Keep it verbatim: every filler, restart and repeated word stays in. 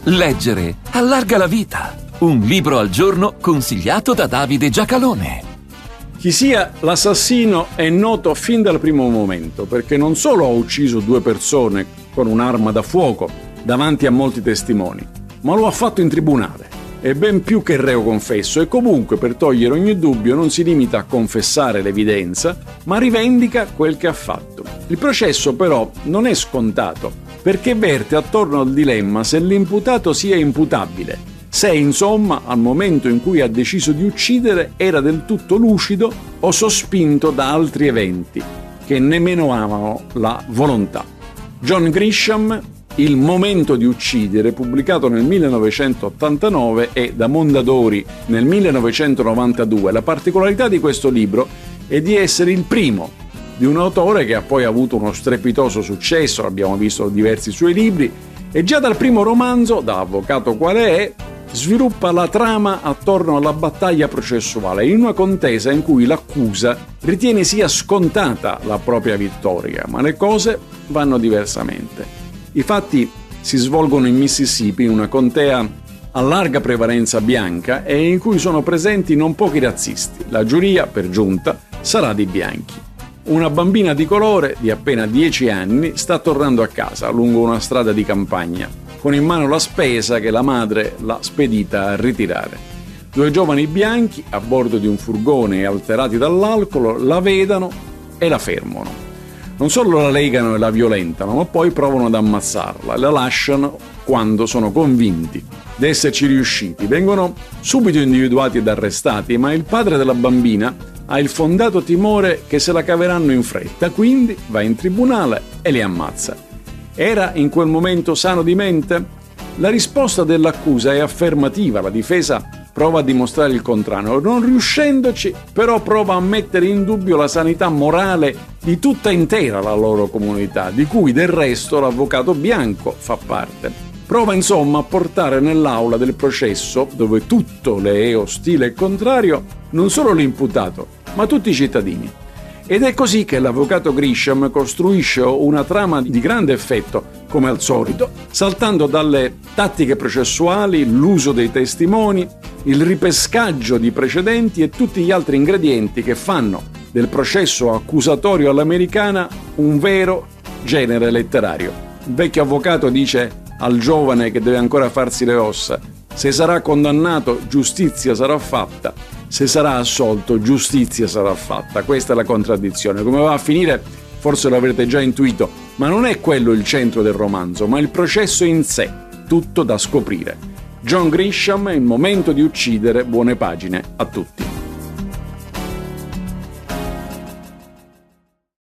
Leggere allarga la vita. Un libro al giorno consigliato da Davide Giacalone. Chi sia l'assassino è noto fin dal primo momento, perché non solo ha ucciso due persone con un'arma da fuoco davanti a molti testimoni, ma lo ha fatto in tribunale. È ben più che reo confesso e comunque, per togliere ogni dubbio, non si limita a confessare l'evidenza, ma rivendica quel che ha fatto. Il processo però non è scontato, perché verte attorno al dilemma se l'imputato sia imputabile, se insomma al momento in cui ha deciso di uccidere era del tutto lucido o sospinto da altri eventi che ne menovano la volontà. John Grisham, Il momento di uccidere, pubblicato nel millenovecentottantanove e da Mondadori nel millenovecentonovantadue. La particolarità di questo libro è di essere il primo di un autore che ha poi avuto uno strepitoso successo, abbiamo visto diversi suoi libri, e già dal primo romanzo, da avvocato quale è, sviluppa la trama attorno alla battaglia processuale, in una contesa in cui l'accusa ritiene sia scontata la propria vittoria, ma le cose vanno diversamente. I fatti si svolgono in Mississippi, in una contea a larga prevalenza bianca e in cui sono presenti non pochi razzisti. La giuria, per giunta, sarà di bianchi. Una bambina di colore di appena dieci anni sta tornando a casa lungo una strada di campagna, con in mano la spesa che la madre l'ha spedita a ritirare. Due giovani bianchi, a bordo di un furgone e alterati dall'alcol, la vedono e la fermano. Non solo la legano e la violentano, ma poi provano ad ammazzarla e la lasciano quando sono convinti di esserci riusciti. Vengono subito individuati ed arrestati, ma il padre della bambina ha il fondato timore che se la caveranno in fretta, quindi va in tribunale e li ammazza. Era in quel momento sano di mente? La risposta dell'accusa è affermativa, la difesa prova a dimostrare il contrario. Non riuscendoci, però prova a mettere in dubbio la sanità morale di tutta intera la loro comunità, di cui del resto l'avvocato bianco fa parte. Prova insomma a portare nell'aula del processo, dove tutto le è ostile e contrario, non solo l'imputato, ma tutti i cittadini. Ed è così che l'avvocato Grisham costruisce una trama di grande effetto, come al solito, saltando dalle tattiche processuali, l'uso dei testimoni, il ripescaggio di precedenti e tutti gli altri ingredienti che fanno del processo accusatorio all'americana un vero genere letterario. Il vecchio avvocato dice al giovane che deve ancora farsi le ossa: se sarà condannato, giustizia sarà fatta; se sarà assolto, giustizia sarà fatta. Questa è la contraddizione. Come va a finire forse lo avrete già intuito, ma non è quello il centro del romanzo, ma il processo in sé, tutto da scoprire. John Grisham, Il momento di uccidere, buone pagine a tutti.